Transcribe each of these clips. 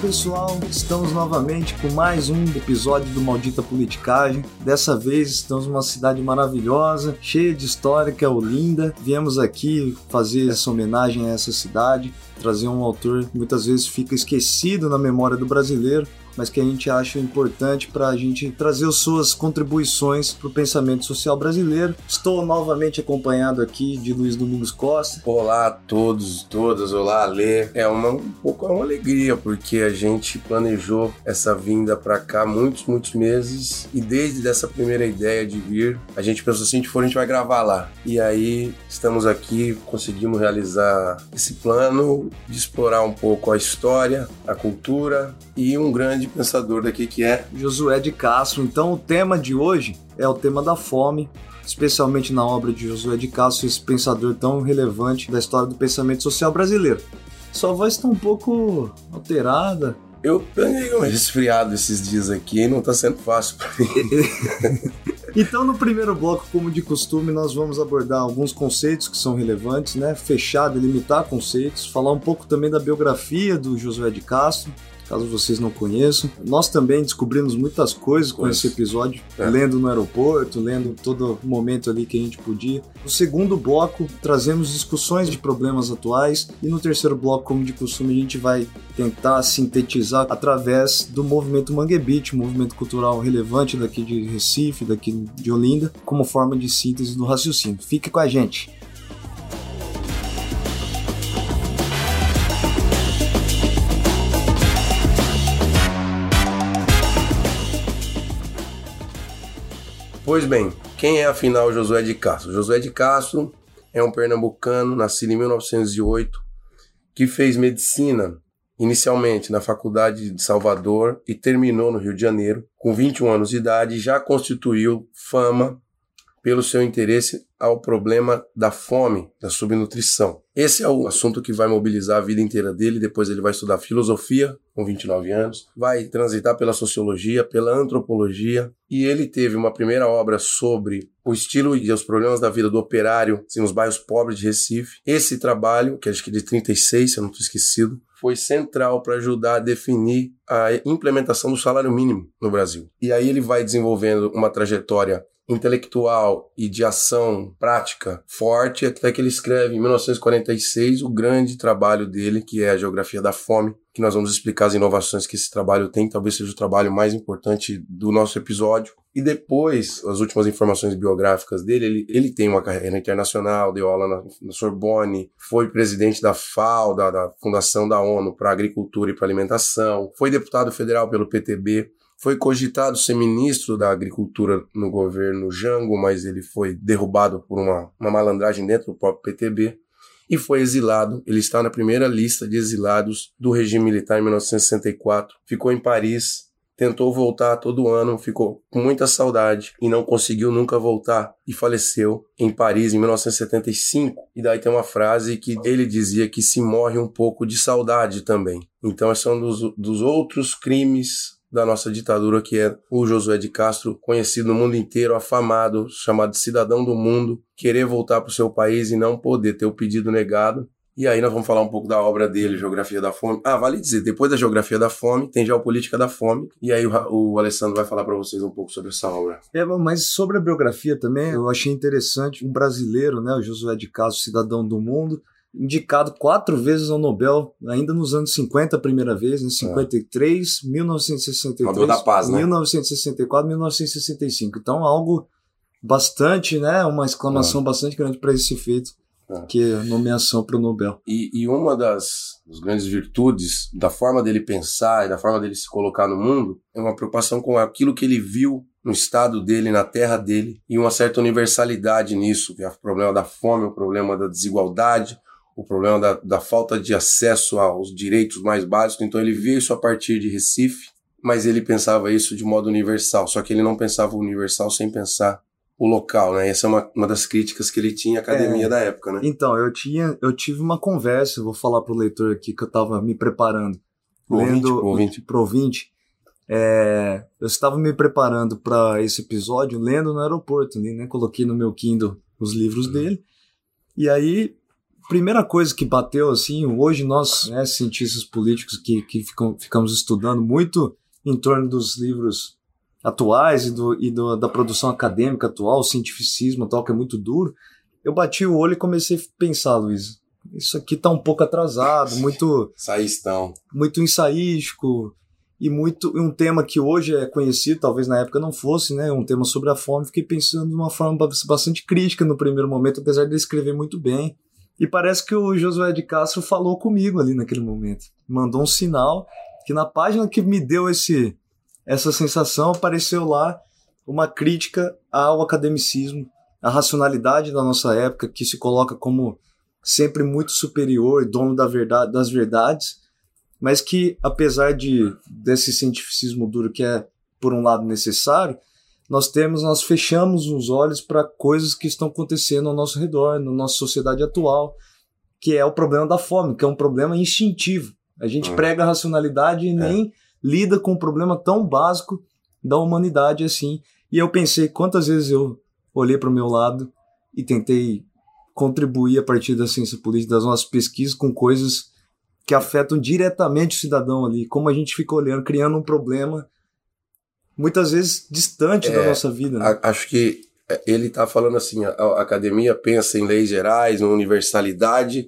pessoal, estamos novamente com mais um episódio do Maldita Politicagem. Dessa vez estamos numa cidade maravilhosa, cheia de história, que é Olinda. Viemos aqui fazer essa homenagem a essa cidade, trazer um autor que muitas vezes fica esquecido na memória do brasileiro, mas que a gente acha importante para a gente trazer as suas contribuições para o pensamento social brasileiro. Estou novamente acompanhado aqui de Luiz Domingos Costa. Olá a todos, todas, olá Alê. É uma alegria, porque a gente planejou essa vinda para cá muitos meses, e desde essa primeira ideia de vir, a gente pensou assim, se for a gente vai gravar lá. E aí estamos aqui, conseguimos realizar esse plano de explorar um pouco a história, a cultura e um grande pensador daqui que é Josué de Castro. Então o tema de hoje é o tema da fome, especialmente na obra de Josué de Castro, esse pensador tão relevante da história do pensamento social brasileiro. Sua voz está um pouco alterada. Eu peguei um resfriado esses dias aqui e não está sendo fácil para mim. Então, no primeiro bloco, como de costume, nós vamos abordar alguns conceitos que são relevantes, né? Fechar, delimitar conceitos, falar um pouco também da biografia do Josué de Castro, caso vocês não conheçam. Nós também descobrimos muitas coisas com esse episódio, lendo no aeroporto, lendo todo momento ali que a gente podia. No segundo bloco, trazemos discussões de problemas atuais, e no terceiro bloco, como de costume, a gente vai tentar sintetizar através do movimento Mangue Beat, um movimento cultural relevante daqui de Recife, daqui de Olinda, como forma de síntese do raciocínio. Fique com a gente! Pois bem, quem é afinal Josué de Castro? Josué de Castro é um pernambucano, nascido em 1908, que fez medicina inicialmente na Faculdade de Salvador e terminou no Rio de Janeiro. Com 21 anos de idade, já constituiu fama pelo seu interesse ao problema da fome, da subnutrição. Esse é o assunto que vai mobilizar a vida inteira dele. Depois ele vai estudar filosofia, com 29 anos, vai transitar pela sociologia, pela antropologia, e ele teve uma primeira obra sobre o estilo e os problemas da vida do operário assim, nos bairros pobres de Recife. Esse trabalho, que acho que de 36, se eu não estou esquecido, foi central para ajudar a definir a implementação do salário mínimo no Brasil. E aí ele vai desenvolvendo uma trajetória intelectual e de ação prática forte, até que ele escreve em 1946 o grande trabalho dele, que é a Geografia da Fome, que nós vamos explicar as inovações que esse trabalho tem, talvez seja o trabalho mais importante do nosso episódio. E depois, as últimas informações biográficas dele, ele tem uma carreira internacional, deu aula na Sorbonne, foi presidente da FAO, da Fundação da ONU para Agricultura e para Alimentação, foi deputado federal pelo PTB, foi cogitado ser ministro da Agricultura no governo Jango, mas ele foi derrubado por uma malandragem dentro do próprio PTB e foi exilado. Ele está na primeira lista de exilados do regime militar em 1964, ficou em Paris, tentou voltar todo ano, ficou com muita saudade e não conseguiu nunca voltar e faleceu em Paris em 1975. E daí tem uma frase que ele dizia que se morre um pouco de saudade também. Então esse é um dos outros crimes da nossa ditadura, que é o Josué de Castro, conhecido no mundo inteiro, afamado, chamado de cidadão do mundo, querer voltar para o seu país e não poder, ter o pedido negado. E aí nós vamos falar um pouco da obra dele, Geografia da Fome. Vale dizer, depois da Geografia da Fome, tem Geopolítica da Fome, e aí o Alessandro vai falar para vocês um pouco sobre essa obra. Mas sobre a biografia também, eu achei interessante, um brasileiro, né, o Josué de Castro, cidadão do mundo, indicado 4 vezes ao Nobel, ainda nos anos 50 a primeira vez, em 53, 1963, Nobel da Paz, né? 1964, 1965. Então algo bastante, né, uma exclamação bastante grande para esse feito, que é a nomeação para o Nobel. E uma das grandes virtudes da forma dele pensar e da forma dele se colocar no mundo é uma preocupação com aquilo que ele viu no estado dele, na terra dele, e uma certa universalidade nisso, que é o problema da fome, o problema da desigualdade, o problema da falta de acesso aos direitos mais básicos. Então ele via isso a partir de Recife, mas ele pensava isso de modo universal, só que ele não pensava o universal sem pensar o local, né? Essa é uma das críticas que ele tinha à academia da época, né? Então, eu tive uma conversa, vou falar pro leitor aqui que eu estava me preparando, pro ouvinte. Eu estava me preparando para esse episódio, lendo no aeroporto, né? Coloquei no meu Kindle os livros dele, e aí primeira coisa que bateu, assim, hoje nós, né, cientistas políticos que ficamos estudando muito em torno dos livros atuais da produção acadêmica atual, o cientificismo atual, que é muito duro, eu bati o olho e comecei a pensar, Luiz, isso aqui tá um pouco atrasado, muito ensaístico, e um tema que hoje é conhecido, talvez na época não fosse, né, um tema sobre a fome. Fiquei pensando de uma forma bastante crítica no primeiro momento, apesar de ele escrever muito bem. E parece que o Josué de Castro falou comigo ali naquele momento. Mandou um sinal que na página que me deu essa sensação apareceu lá uma crítica ao academicismo, à racionalidade da nossa época, que se coloca como sempre muito superior e dono das verdades, mas que, apesar desse cientificismo duro que é, por um lado, necessário, nós fechamos os olhos para coisas que estão acontecendo ao nosso redor, na nossa sociedade atual, que é o problema da fome, que é um problema instintivo. A gente prega a racionalidade e nem lida com um problema tão básico da humanidade assim. E eu pensei, quantas vezes eu olhei para o meu lado e tentei contribuir a partir da ciência política, das nossas pesquisas, com coisas que afetam diretamente o cidadão ali, como a gente fica olhando, criando um problema muitas vezes distante da nossa vida. Né? Acho que ele está falando assim, a academia pensa em leis gerais, em universalidade,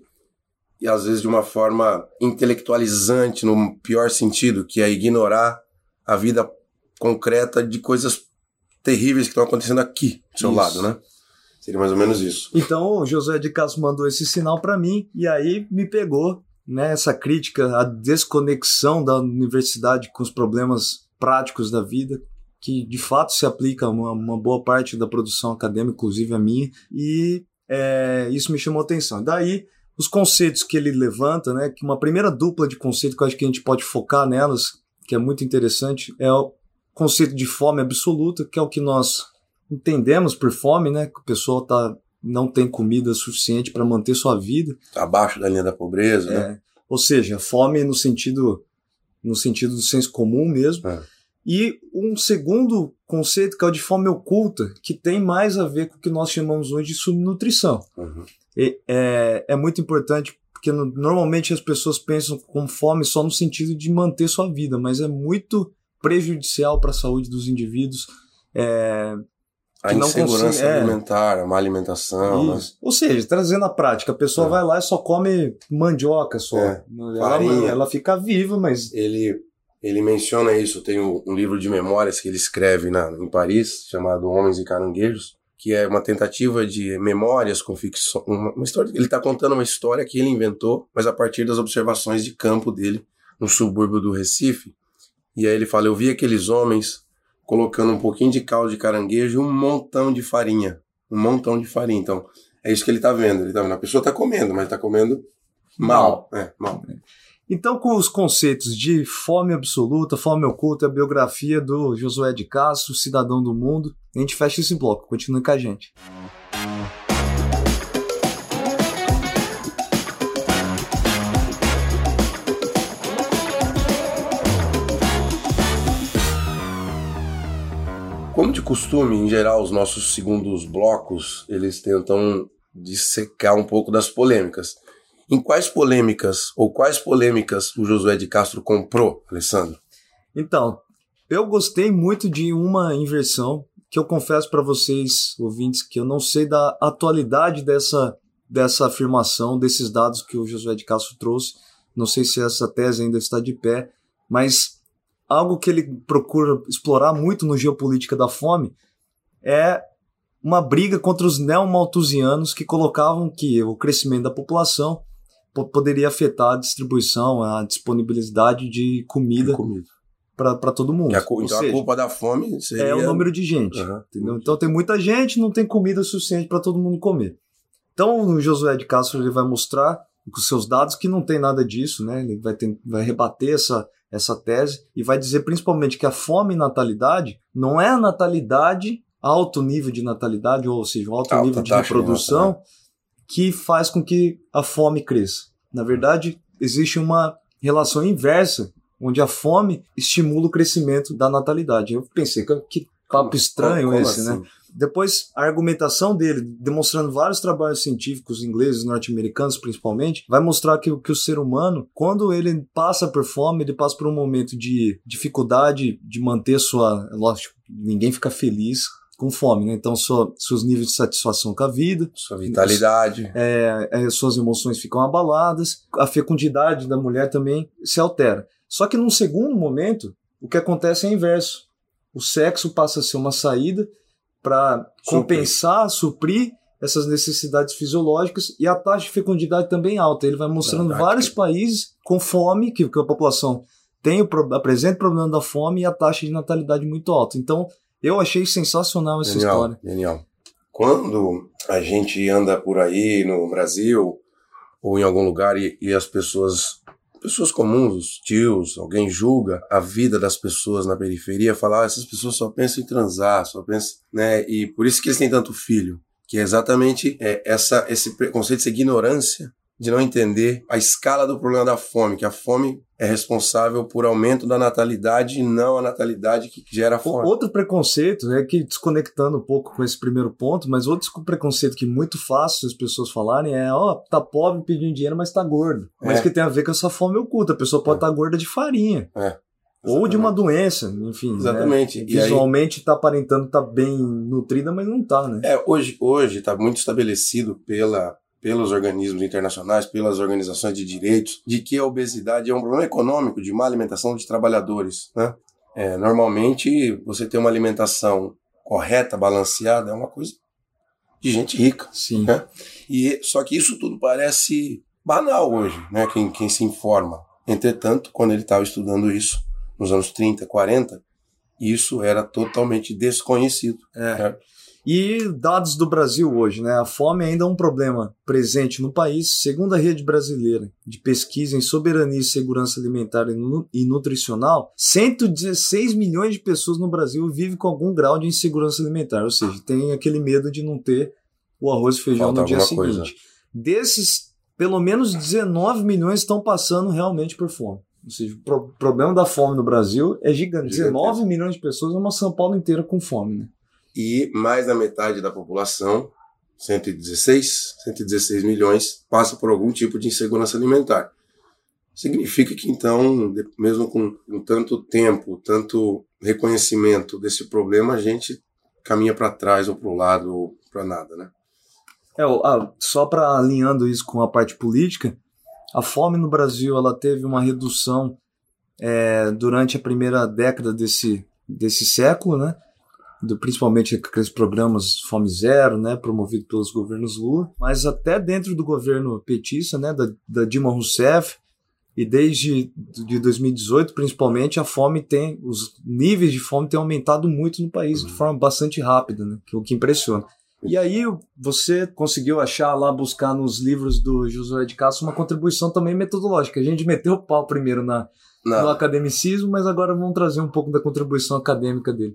e às vezes de uma forma intelectualizante, no pior sentido, que é ignorar a vida concreta de coisas terríveis que estão acontecendo aqui do seu lado, né? Seria mais ou menos isso. Então o Josué de Castro mandou esse sinal para mim, e aí me pegou, né, essa crítica à desconexão da universidade com os problemas práticos da vida, que de fato se aplica a uma boa parte da produção acadêmica, inclusive a minha, e isso me chamou a atenção. Daí, os conceitos que ele levanta, né, que uma primeira dupla de conceitos que eu acho que a gente pode focar nelas, que é muito interessante, é o conceito de fome absoluta, que é o que nós entendemos por fome, né, que o pessoal não tem comida suficiente para manter sua vida. Abaixo da linha da pobreza, né? Ou seja, fome no sentido do senso comum mesmo. E um segundo conceito, que é o de fome oculta, que tem mais a ver com o que nós chamamos hoje de subnutrição. É muito importante, porque normalmente as pessoas pensam com fome só no sentido de manter sua vida, mas é muito prejudicial para a saúde dos indivíduos. A insegurança alimentar, a má alimentação. Né? Ou seja, trazendo a prática, a pessoa vai lá e só come mandioca só. Ela fica viva, mas... Ele menciona isso, tem um livro de memórias que ele escreve em Paris, chamado Homens e Caranguejos, que é uma tentativa de memórias com ficção, uma história. Ele está contando uma história que ele inventou, mas a partir das observações de campo dele, no subúrbio do Recife. E aí ele fala, eu vi aqueles homens colocando um pouquinho de caldo de caranguejo e um montão de farinha. Então, é isso que ele está vendo. A pessoa está comendo, mas está comendo mal. Mal. Então, com os conceitos de fome absoluta, fome oculta, a biografia do Josué de Castro, cidadão do mundo, a gente fecha esse bloco. Continue com a gente. Como de costume, em geral, os nossos segundos blocos, eles tentam dissecar um pouco das polêmicas. Em quais polêmicas o Josué de Castro comprou, Alessandro? Então, eu gostei muito de uma inversão, que eu confesso para vocês, ouvintes, que eu não sei da atualidade dessa afirmação, desses dados que o Josué de Castro trouxe. Não sei se essa tese ainda está de pé, mas algo que ele procura explorar muito no Geopolítica da Fome é uma briga contra os neomalthusianos, que colocavam que o crescimento da população poderia afetar a distribuição, a disponibilidade de comida para todo mundo. Então a culpa da fome seria... É o número de gente. Entendeu? Então tem muita gente, não tem comida suficiente para todo mundo comer. Então o Josué de Castro ele vai mostrar com seus dados que não tem nada disso, né? Ele vai rebater essa tese e vai dizer principalmente que a fome e natalidade não é a natalidade, alto nível de natalidade, ou seja, o alto nível de reprodução, que faz com que a fome cresça. Na verdade, existe uma relação inversa, onde a fome estimula o crescimento da natalidade. Eu pensei, que papo estranho esse, assim? Né? Depois, a argumentação dele, demonstrando vários trabalhos científicos ingleses, norte-americanos principalmente, vai mostrar que o ser humano, quando ele passa por fome, ele passa por um momento de dificuldade de manter sua... Lógico, ninguém fica feliz com fome, né? Então, seus níveis de satisfação com a vida, sua vitalidade, suas emoções ficam abaladas, a fecundidade da mulher também se altera. Só que num segundo momento, o que acontece é o inverso. O sexo passa a ser uma saída para compensar, suprir essas necessidades fisiológicas, e a taxa de fecundidade também alta. Ele vai mostrando vários países com fome, que a população apresenta o problema da fome e a taxa de natalidade muito alta. Então, eu achei sensacional essa história. Genial. Quando a gente anda por aí no Brasil ou em algum lugar e as pessoas comuns, os tios, alguém julga a vida das pessoas na periferia, fala, essas pessoas só pensam em transar, só pensam, né? E por isso que eles têm tanto filho, que é exatamente esse preconceito, essa ignorância de não entender a escala do problema da fome, que a fome é responsável por aumento da natalidade e não a natalidade que gera fome. Outro preconceito, né, que desconectando um pouco com esse primeiro ponto, mas outro preconceito que é muito fácil as pessoas falarem é, tá pobre pedindo dinheiro, mas tá gordo. Mas que tem a ver com essa fome oculta. A pessoa pode estar gorda de farinha. Ou de uma doença, enfim. Exatamente. Né? Visualmente tá aparentando estar bem nutrida, mas não tá, né? Hoje tá muito estabelecido pelos organismos internacionais, pelas organizações de direitos, de que a obesidade é um problema econômico de má alimentação de trabalhadores, né? Normalmente, você ter uma alimentação correta, balanceada, é uma coisa de gente rica. Sim. Né? Só que isso tudo parece banal hoje, né? Quem se informa. Entretanto, quando ele estava estudando isso, nos anos 30, 40, isso era totalmente desconhecido. Né? E dados do Brasil hoje, né? A fome ainda é um problema presente no país. Segundo a Rede Brasileira de Pesquisa em Soberania e Segurança Alimentar e Nutricional, 116 milhões de pessoas no Brasil vivem com algum grau de insegurança alimentar, ou seja, tem aquele medo de não ter o arroz e feijão no dia seguinte. Desses, pelo menos 19 milhões estão passando realmente por fome. Ou seja, o problema da fome no Brasil é gigante. 19 milhões de pessoas, uma São Paulo inteira com fome, né? E mais da metade da população, 116 milhões, passa por algum tipo de insegurança alimentar. Significa que, então, mesmo com tanto tempo, tanto reconhecimento desse problema, a gente caminha para trás ou para o lado ou para nada, né? Só para alinhando isso com a parte política, a fome no Brasil ela teve uma redução durante a primeira década desse século, né? Principalmente aqueles programas Fome Zero, né, promovido pelos governos Lula, mas até dentro do governo petista, né, da Dilma Rousseff, e desde de 2018, principalmente, os níveis de fome têm aumentado muito no país de forma bastante rápida, né, o que impressiona. E aí você conseguiu achar lá, buscar nos livros do Josué de Castro uma contribuição também metodológica. A gente meteu o pau primeiro no academicismo, mas agora vamos trazer um pouco da contribuição acadêmica dele.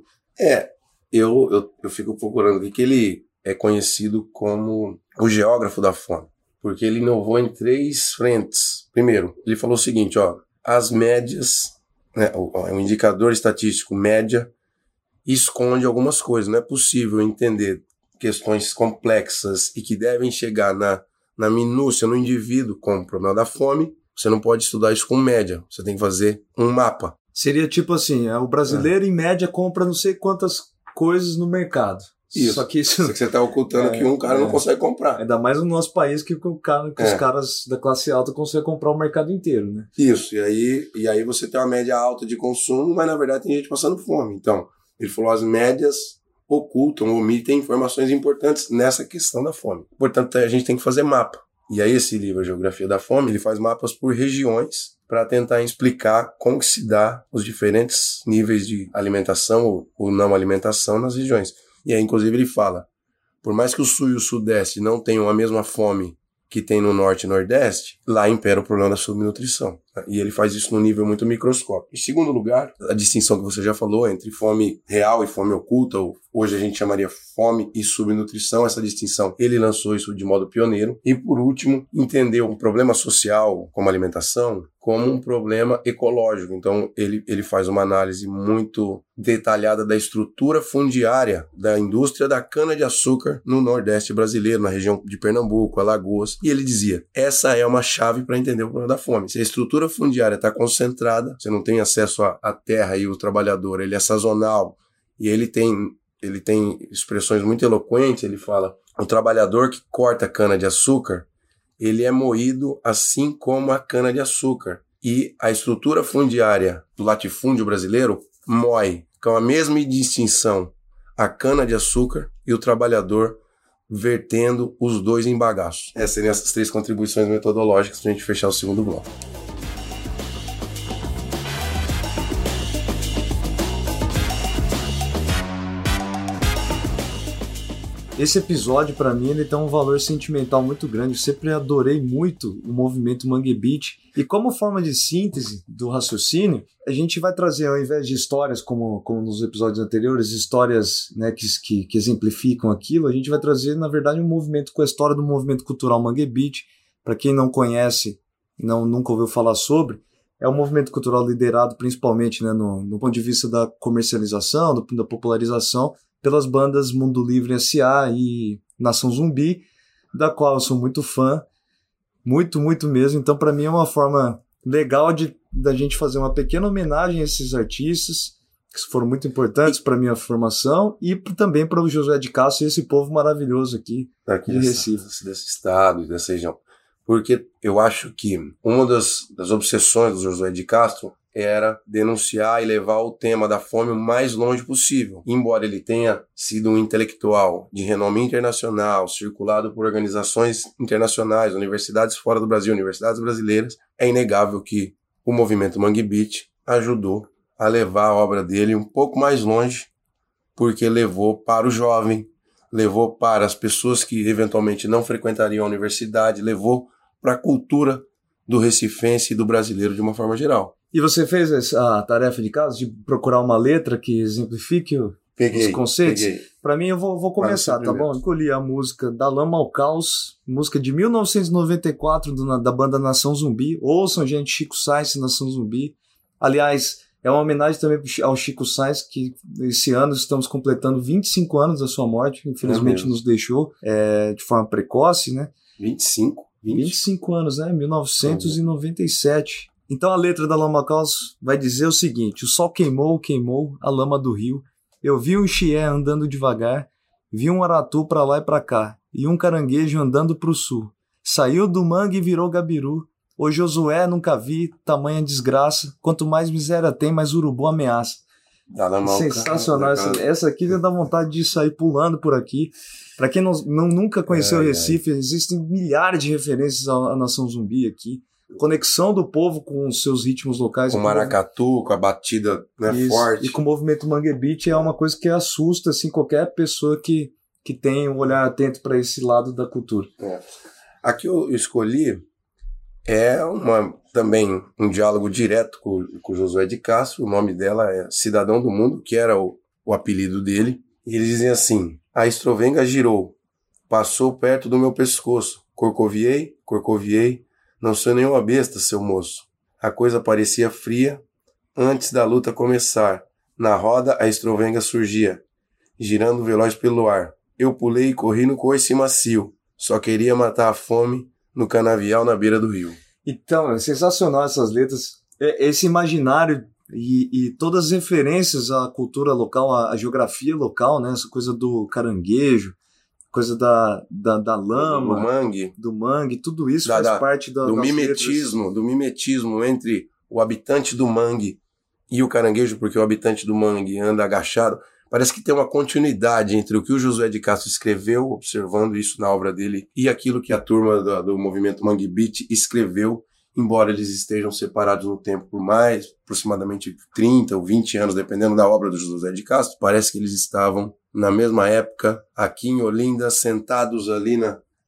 Eu fico procurando que ele é conhecido como o geógrafo da fome, porque ele inovou em 3 frentes. Primeiro, ele falou o seguinte, as médias, né, o indicador estatístico média esconde algumas coisas. Não é possível entender questões complexas e que devem chegar na minúcia, no indivíduo, como o problema da fome. Você não pode estudar isso com média, você tem que fazer um mapa. Seria tipo assim, o brasileiro em média compra não sei quantas coisas no mercado. Isso. Só que você está ocultando que um cara não consegue comprar. Ainda mais no nosso país que os caras da classe alta conseguem comprar o mercado inteiro, né? Isso, e aí você tem uma média alta de consumo, mas na verdade tem gente passando fome. Então, ele falou, as médias ocultam, omitem informações importantes nessa questão da fome. Portanto, a gente tem que fazer mapa. E aí esse livro, A Geografia da Fome, ele faz mapas por regiões para tentar explicar como que se dá os diferentes níveis de alimentação ou não alimentação nas regiões. E aí, inclusive, ele fala, por mais que o Sul e o Sudeste não tenham a mesma fome que tem no Norte e Nordeste, lá impera o problema da subnutrição. E ele faz isso num nível muito microscópico. Em segundo lugar, a distinção que você já falou entre fome real e fome oculta, ou hoje a gente chamaria fome e subnutrição, essa distinção, ele lançou isso de modo pioneiro. E por último, entendeu um problema social como alimentação como um problema ecológico. Então ele faz uma análise muito detalhada da estrutura fundiária da indústria da cana-de-açúcar no Nordeste brasileiro, na região de Pernambuco, Alagoas. E ele dizia, essa é uma chave para entender o problema da fome. Se a estrutura fundiária está concentrada, você não tem acesso à terra e o trabalhador, ele é sazonal, e ele tem expressões muito eloquentes, ele fala, o trabalhador que corta cana-de-açúcar, ele é moído assim como a cana-de-açúcar. E a estrutura fundiária do latifúndio brasileiro moe, com a mesma distinção, a cana-de-açúcar e o trabalhador vertendo os dois em bagaço. Essas seriam essas 3 contribuições metodológicas para a gente fechar o segundo bloco. Esse episódio, para mim, ele tem um valor sentimental muito grande. Eu sempre adorei muito o movimento Mangue Beat. E como forma de síntese do raciocínio, a gente vai trazer, ao invés de histórias, como nos episódios anteriores, histórias, né, que exemplificam aquilo, a gente vai trazer, na verdade, um movimento com a história do movimento cultural Mangue Beat. Para quem não conhece, nunca ouviu falar sobre, é um movimento cultural liderado principalmente, né, no ponto de vista da comercialização, da popularização, pelas bandas Mundo Livre S.A. e Nação Zumbi, da qual eu sou muito fã, muito, muito mesmo. Então, para mim, é uma forma legal da gente fazer uma pequena homenagem a esses artistas, que foram muito importantes para a minha formação, e também para o Josué de Castro e esse povo maravilhoso aqui de Recife. Desse estado, dessa região. Porque eu acho que uma das obsessões do Josué de Castro era denunciar e levar o tema da fome o mais longe possível. Embora ele tenha sido um intelectual de renome internacional, circulado por organizações internacionais, universidades fora do Brasil, universidades brasileiras, é inegável que o movimento Mangue Beat ajudou a levar a obra dele um pouco mais longe, porque levou para o jovem, levou para as pessoas que eventualmente não frequentariam a universidade, levou para a cultura do recifense e do brasileiro de uma forma geral. E você fez a tarefa de casa de procurar uma letra que exemplifique os conceitos? Para mim, eu vou começar, tá bom? Escolhi a música Da Lama ao Caos, música de 1994 da banda Nação Zumbi. Ouçam, gente, Chico Science, Nação Zumbi. Aliás, é uma homenagem também ao Chico Science, que esse ano estamos completando 25 anos da sua morte. Infelizmente nos deixou de forma precoce, né? 25 anos, né? 1997. Então a letra da Lama Caos vai dizer o seguinte: o sol queimou a lama do rio, eu vi um chié andando devagar, vi um aratu pra lá e pra cá, e um caranguejo andando pro sul. Saiu do mangue e virou gabiru, ô Josué nunca vi tamanha desgraça, quanto mais miséria tem, mais urubu ameaça. Sensacional, essa aqui dá vontade de sair pulando por aqui. Pra quem nunca conheceu o Recife, existem milhares de referências à Nação Zumbi aqui. Conexão do povo com os seus ritmos locais. Com o maracatu, com a batida, né, forte. E com o movimento Mangue Beat é uma coisa que assusta assim, qualquer pessoa que tem um olhar atento para esse lado da cultura. Aqui eu escolhi também um diálogo direto com o Josué de Castro. O nome dela é Cidadão do Mundo, que era o apelido dele. E eles dizem assim: a estrovenga girou, passou perto do meu pescoço, corcoviei, não sou nenhuma besta, seu moço. A coisa parecia fria antes da luta começar. Na roda a estrovenga surgia, girando veloz pelo ar. Eu pulei e corri no coice macio. Só queria matar a fome no canavial na beira do rio. Então, é sensacional essas letras. Esse imaginário e todas as referências à cultura local, à geografia local, né? Essa coisa do caranguejo, coisa da lama, do mangue, tudo isso faz parte do mimetismo entre o habitante do mangue e o caranguejo, porque o habitante do mangue anda agachado. Parece que tem uma continuidade entre o que o Josué de Castro escreveu, observando isso na obra dele, e aquilo que a turma do movimento Mangue Beat escreveu, embora eles estejam separados no tempo por mais aproximadamente 30 ou 20 anos, dependendo da obra do Josué de Castro. Parece que eles estavam na mesma época, aqui em Olinda, sentados ali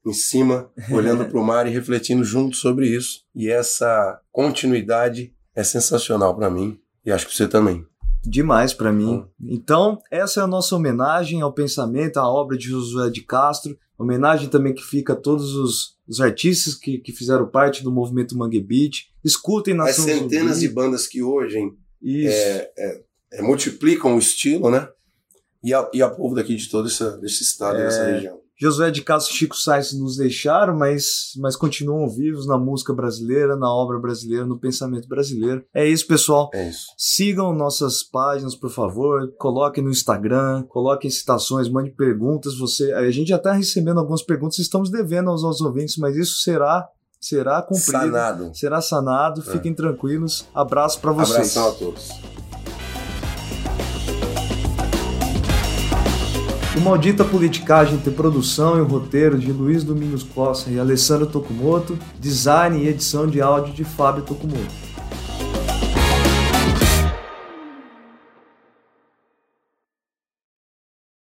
em cima, olhando para o mar e refletindo junto sobre isso. E essa continuidade é sensacional para mim e acho que você também. Demais para mim. Então, essa é a nossa homenagem ao pensamento, à obra de Josué de Castro. Homenagem também que fica a todos os artistas que fizeram parte do movimento Mangue Beat. Escutem Nação Zumbi. As centenas de bandas que hoje multiplicam o estilo, né? E a povo daqui de todo desse estado, dessa região. Josué de Castro e Chico Science nos deixaram, mas continuam vivos na música brasileira, na obra brasileira, no pensamento brasileiro. É isso, pessoal. É isso. Sigam nossas páginas, por favor. Coloquem no Instagram, coloquem citações, mande perguntas. A gente já está recebendo algumas perguntas, estamos devendo aos ouvintes, mas isso será cumprido. Será sanado. Fiquem tranquilos. Abraço para vocês. Abração a todos. O Maldita Politicagem tem produção e o roteiro de Luiz Domingos Costa e Alessandro Tokumoto, design e edição de áudio de Fábio Tokumoto.